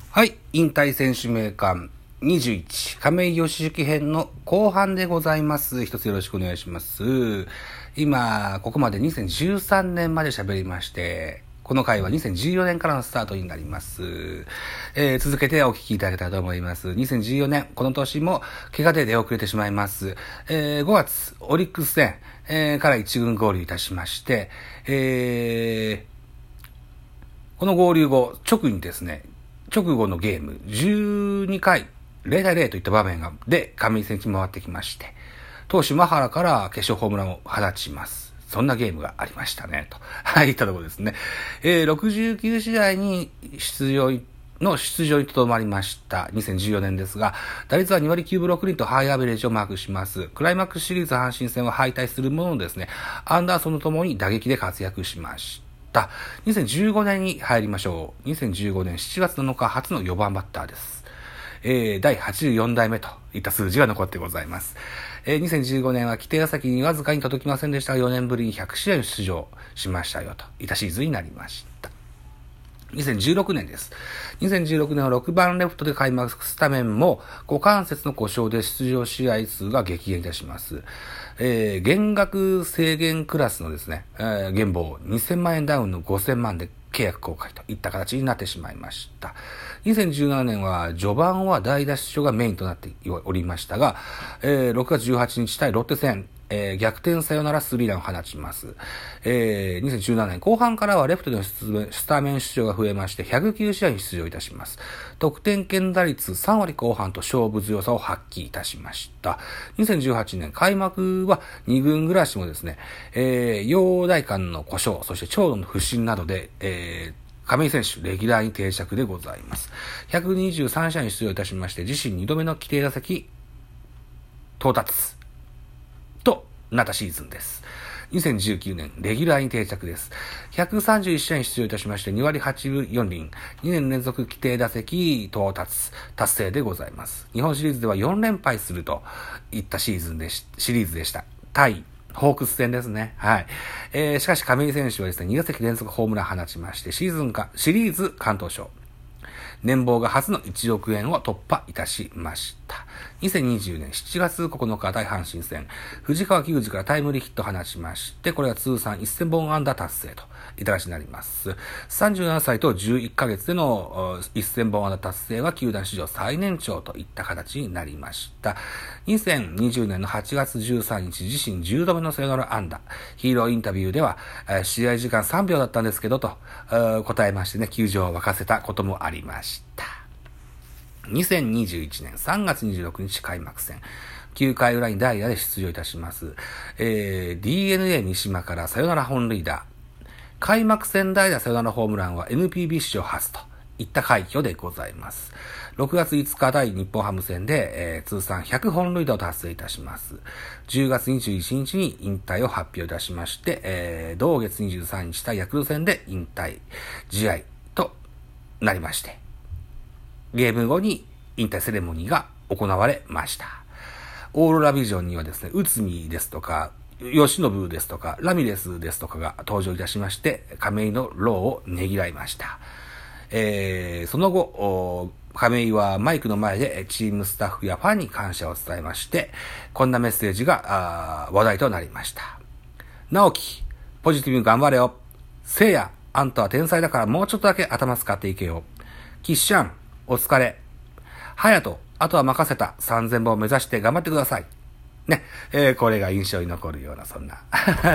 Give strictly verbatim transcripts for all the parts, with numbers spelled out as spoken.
はい、引退選手名鑑にじゅういち亀井義行編の後半でございます。一つよろしくお願いします。今ここまでにせんじゅうさんねんまで喋りまして、この回はにせんじゅうよねんからのスタートになります。えー、続けてお聞きいただけたらと思います。にせんじゅうよねん、この年も怪我で出遅れてしまいます。えー、ごがつオリックス戦、えー、から一軍合流いたしまして、えー、この合流後直にですね、直後のゲームじゅうにかいゼロたいゼロといった場面がで亀井選手に回ってきまして、投手マハラから決勝ホームランを放ちます。そんなゲームがありましたねとはいいったところですね。えー、ろくじゅうきゅうしあいに出場の出場にとどまりましたにせんじゅうよねんですが、打率はにわりきゅうぶろくりんとハイアベレージをマークします。クライマックスシリーズ阪神戦は敗退するもののですね、アンダーソンとともに打撃で活躍しました。にせんじゅうごねんに入りましょう。にせんじゅうごねんしちがつなのか初のよばんバッターです。えー、だいはちじゅうよんだいめといった数字が残ってございます。えー、にせんじゅうごねんは規定打席にわずかに届きませんでしたが、よねんぶりにひゃくしあいに出場しましたよといったシーズンになりました。にせんじゅうろくねんです。にせんじゅうろくねんはろくばんレフトで開幕スタメンも股関節の故障で出場試合数が激減いたします。えー、減額制限クラスのですね、えー、減俸にせんまんえんダウンのごせんまんで契約更改といった形になってしまいました。にせんじゅうななねんは序盤は代打出場がメインとなっておりましたが、えー、ろくがつじゅうはちにち対ロッテ戦、えー、逆転サヨナラスリーランを放ちます。えー、にせんじゅうななねん後半からはレフトでのスタメン出場が増えましてひゃくきゅうしあいに出場いたします。得点圏打率さんわりこうはんと勝負強さを発揮いたしました。にせんじゅうはちねん開幕はにぐん暮らしもですね、えー、陽大間の故障、そして長野の不振などで、えー亀井選手、レギュラーに定着でございます。ひゃくにじゅうさんしあいに出場いたしまして、自身にどめの規定打席到達となったシーズンです。にせんじゅうきゅうねん、レギュラーに定着です。ひゃくさんじゅういちしあいに出場いたしまして、にわりはちぶよんりん、にねんれんぞく規定打席到達、達成でございます。日本シリーズではよんれんぱいするといったシーズンでし、シリーズでした。対ホークス戦ですね。はい。えー、しかし亀井選手はですね、にだせきれんぞくホームラン放ちまして、シーズンか、シリーズ関東賞。年俸が初のいちおくえんを突破いたしました。にせんにじゅうねんしちがつここのか対阪神戦、藤川球児からタイムリーヒットを放ちまして、これは通算せんぼん安打達成といった形になります。さんじゅうななさいとじゅういっかげつでのせんぼん安打達成は球団史上最年長といった形になりました。にせんにじゅうねんのはちがつじゅうさんにち、自身じゅうどめのサヨナラ安打。ヒーローインタビューでは、試合時間さんびょうだったんですけどと答えましてね、球場を沸かせたこともありました。にせんにじゅういちねんさんがつにじゅうろくにち開幕戦。きゅうかい裏に代打で出場いたします。えー、ディーエヌエー 三島からサヨナラ本塁打。開幕戦代打サヨナラホームランは エヌピービー 史上初といった快挙でございます。ろくがついつか対日本ハム戦で、えー、通算ひゃくほんるいだを達成いたします。じゅうがつにじゅういちにちに引退を発表いたしまして、えー、同月にじゅうさんにち対ヤクルト戦で引退試合となりまして、ゲーム後に引退セレモニーが行われました。オーロラビジョンにはですね、内海ですとか、吉信ですとか、ラミレスですとかが登場いたしまして、亀井の労をねぎらいました。えー、その後、亀井はマイクの前でチームスタッフやファンに感謝を伝えまして、こんなメッセージが話題となりました。直樹、ポジティブに頑張れよ。せいや、あんたは天才だからもうちょっとだけ頭使っていけよ。キッシャン、お疲れ。ハヤト、あとは任せた。さんぜんぼんを目指して頑張ってください。ね、えー、これが印象に残るような、そんな、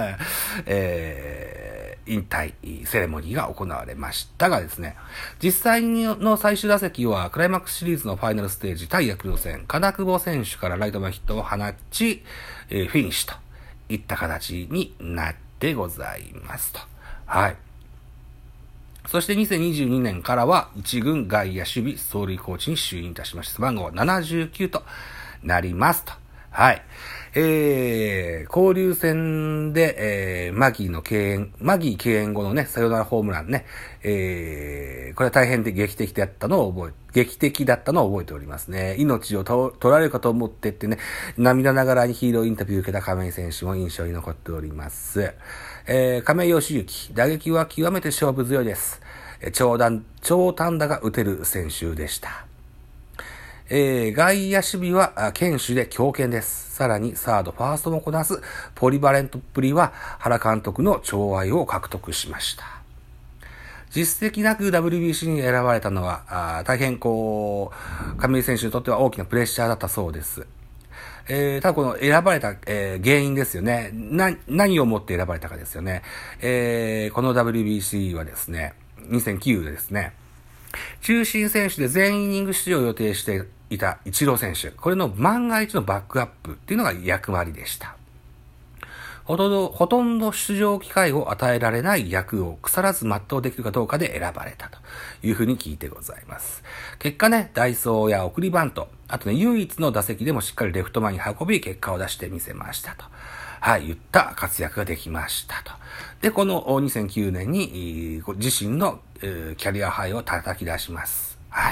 えー、引退セレモニーが行われましたがですね、実際の最終打席はクライマックスシリーズのファイナルステージ対ヤクルト戦、金久保選手からライト前ヒットを放ち、えー、フィニッシュといった形になってございますと。はい。そしてにせんにじゅうにねんからは一軍外野守備走塁コーチに就任いたしまして、背番号はななじゅうきゅうとなりますと。はい。えー、交流戦で、えー、マギーの敬遠、マギー敬遠後のね、サヨナラホームランね、えー、これは大変で劇的だったのを覚え、劇的だったのを覚えておりますね。命をと取られるかと思ってってね、涙ながらにヒーローインタビューを受けた亀井選手も印象に残っております。えー、亀井義行、打撃は極めて勝負強いです。長打、 長短打が打てる選手でした。えー、外野守備は堅守で強肩です。さらにサード、ファーストもこなすポリバレントっぷりは原監督の寵愛を獲得しました。実績なく ダブリュービーシー に選ばれたのは大変こう亀井選手にとっては大きなプレッシャーだったそうです。えー、ただこの選ばれた、えー、原因ですよね。な、何をもって選ばれたかですよね。えー、この ダブリュービーシー はですね、にせんきゅうでですね、中心選手で全イニング出場を予定していたイチロー選手。これの万が一のバックアップっていうのが役割でした。ほとんど、ほとんど出場機会を与えられない役を腐らず全うできるかどうかで選ばれたというふうに聞いてございます。結果ね、代走や送りバント、あとね、唯一の打席でもしっかりレフト前に運び、結果を出してみせましたと。はい、言った活躍ができましたと。で、このにせんきゅうねんに自身のキャリアハイを叩き出します。はい。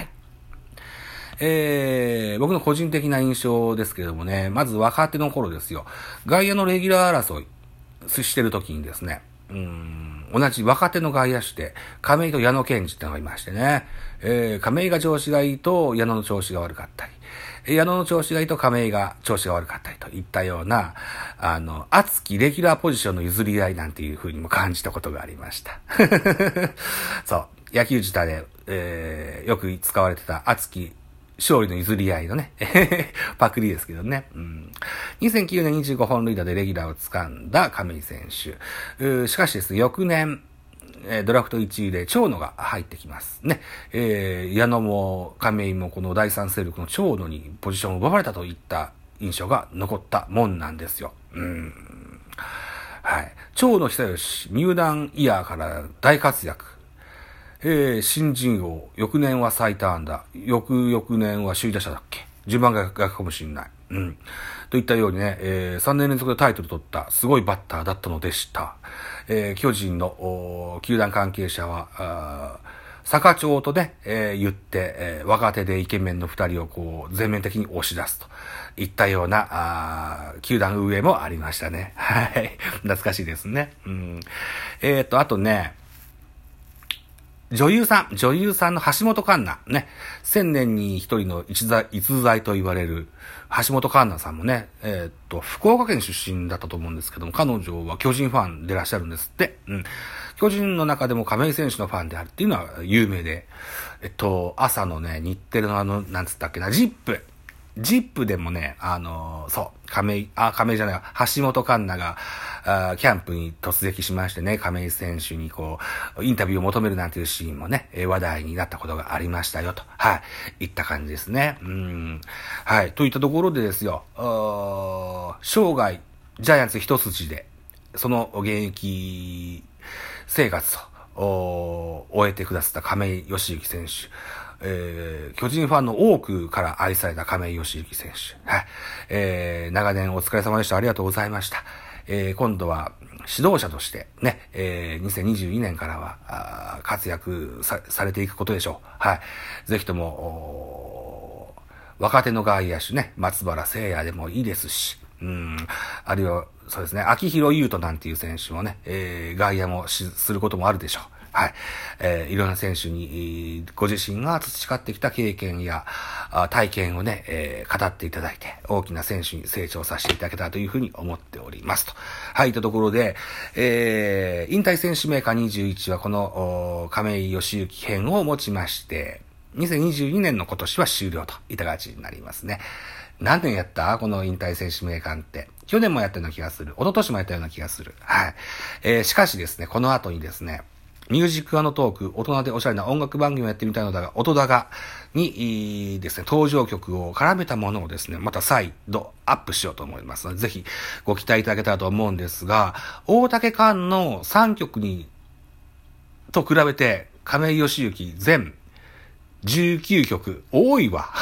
えー、僕の個人的な印象ですけれどもね、まず若手の頃ですよ。外野のレギュラー争いしてる時にですね、うーん、同じ若手の外野手で、亀井と矢野健二ってのがいましてね、えー、亀井が調子がいいと矢野の調子が悪かったり、矢野の調子がいいと亀井が調子が悪かったりといったような、あの、熱きレギュラーポジションの譲り合いなんていう風にも感じたことがありました。そう、野球自体で、えー、よく使われてた熱き勝利の譲り合いのね、パクリですけどね。うん、にせんきゅうねんにじゅうごほん塁打でレギュラーを掴んだ亀井選手。しかしですね、翌年、ドラフトいちいで長野が入ってきますね。えー、矢野も亀井もこの第三勢力の長野にポジションを奪われたといった印象が残ったもんなんですよ。うん、はい。長野久義、入団イヤーから大活躍。えー、新人王、翌年は最多安打、翌々年は首位打者だっけ、順番が逆かもしれない。うん。といったようにね、えー、さんねん連続でタイトル取ったすごいバッターだったのでした。えー、巨人の球団関係者は、坂長とね、えー、言って、えー、若手でイケメンの二人をこう全面的に押し出すといったようなあ球団運営もありましたね。はい。懐かしいですね。うん。えっと、あとね、女優さん、女優さんの橋本環奈、ね、千年に一人の逸材、逸材と言われる橋本環奈さんもね、えー、っと、福岡県出身だったと思うんですけども、彼女は巨人ファンでいらっしゃるんですって、うん。巨人の中でも亀井選手のファンであるっていうのは有名で、えっと、朝のね、日テレのあの、なんつったっけな、ジップ。ジップでもね、あのー、そう、亀井、あ、亀井じゃない、橋本環奈が、あキャンプに突撃しましてね、亀井選手にこう、インタビューを求めるなんていうシーンもね、話題になったことがありましたよと。はい。いった感じですね。うん。はい。といったところでですよ、生涯、ジャイアンツ一筋で、その現役生活を終えてくださった亀井義行選手。えー、巨人ファンの多くから愛された亀井義行選手。はい。えー、長年お疲れ様でした。ありがとうございました。えー、今度は指導者としてね、えー、にせんにじゅうにねんからは活躍 さ, されていくことでしょう。はい。ぜひとも、若手の外野手ね、松原聖也でもいいですし、うん、あるいは、そうですね、秋広優斗なんていう選手もね、えー、外野もしすることもあるでしょう。はい。えー、いろんな選手に、ご自身が培ってきた経験や体験をね、えー、語っていただいて、大きな選手に成長させていただけたらというふうに思っておりますと。はい、というところで、えー、引退選手メーカーにじゅういちはこの、亀井義行編をもちまして、にせんにじゅうにねんの今年は終了といった形になりますね。何年やったこの引退選手名鑑って。去年もやったような気がする。一昨年もやったような気がする。はい。えー、しかしですね、この後にですね、ミュージック&トーク、大人でおしゃれな音楽番組をやってみたいのだが、音だがにですね、登場曲を絡めたものをですね、また再度アップしようと思いますので、ぜひご期待いただけたらと思うんですが、大竹寛のさんきょくに、と比べて、亀井義行全じゅうきゅうきょく、多いわ。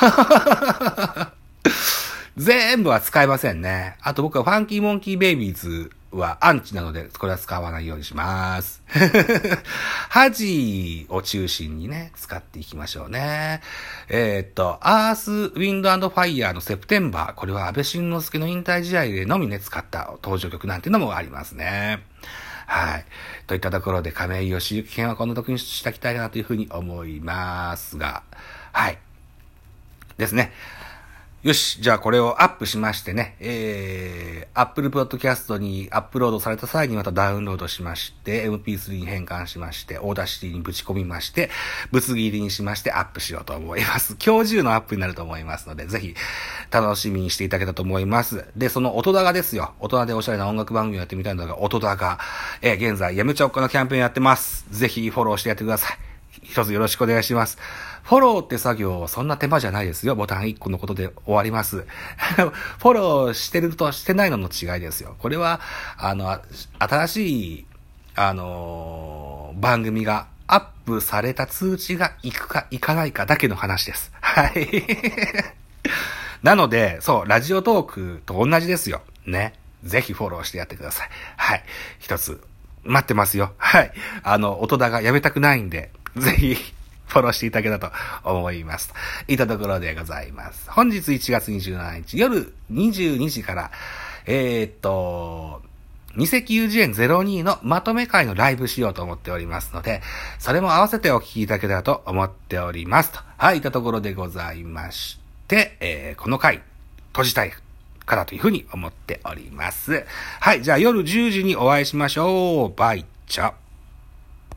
全部は使えませんね。あと僕はファンキーモンキーベイビーズはアンチなので、これは使わないようにします。ハジを中心にね、使っていきましょうね。えー、っと、アース、ウィンド&ファイヤーのセプテンバー。これは安倍晋之助の引退試合でのみね、使った登場曲なんていうのもありますね。 はい。といったところで亀井義行編はこの時にしていきたいなというふうに思いますが、はい。ですね。よし、じゃあこれをアップしましてね、えー、Apple Podcast にアップロードされた際にまたダウンロードしまして、エムピースリー に変換しまして、オーダーシティにぶち込みまして、ぶつ切りにしましてアップしようと思います。今日中のアップになると思いますので、ぜひ楽しみにしていただけたと思います。で、その音高ですよ。大人でおしゃれな音楽番組をやってみたいのが音高。えー、現在やめちゃおっかのキャンペーンやってます。ぜひフォローしてやってください。一つよろしくお願いします。フォローって作業、そんな手間じゃないですよ。ボタンいっこのことで終わります。フォローしてるとしてないのの違いですよ。これは、あの、新しい、あのー、番組がアップされた通知が行くか行かないかだけの話です。はい。なので、そう、ラジオトークと同じですよ。ね。ぜひフォローしてやってください。はい。一つ、待ってますよ。はい。あの、音高やめたくないんで、ぜひ、フォローしていただけたと思います。といったところでございます。本日いちがつにじゅうしちにち夜にじゅうにじから、えー、っと、にせきゅうじゅうえんゼロにのまとめ会のライブしようと思っておりますので、それも合わせてお聞きいただけたらと思っております。と、はい、いったところでございまして、えー、この回、閉じたいからというふうに思っております。はい、じゃあ夜じゅうじにお会いしましょう。バイチャ。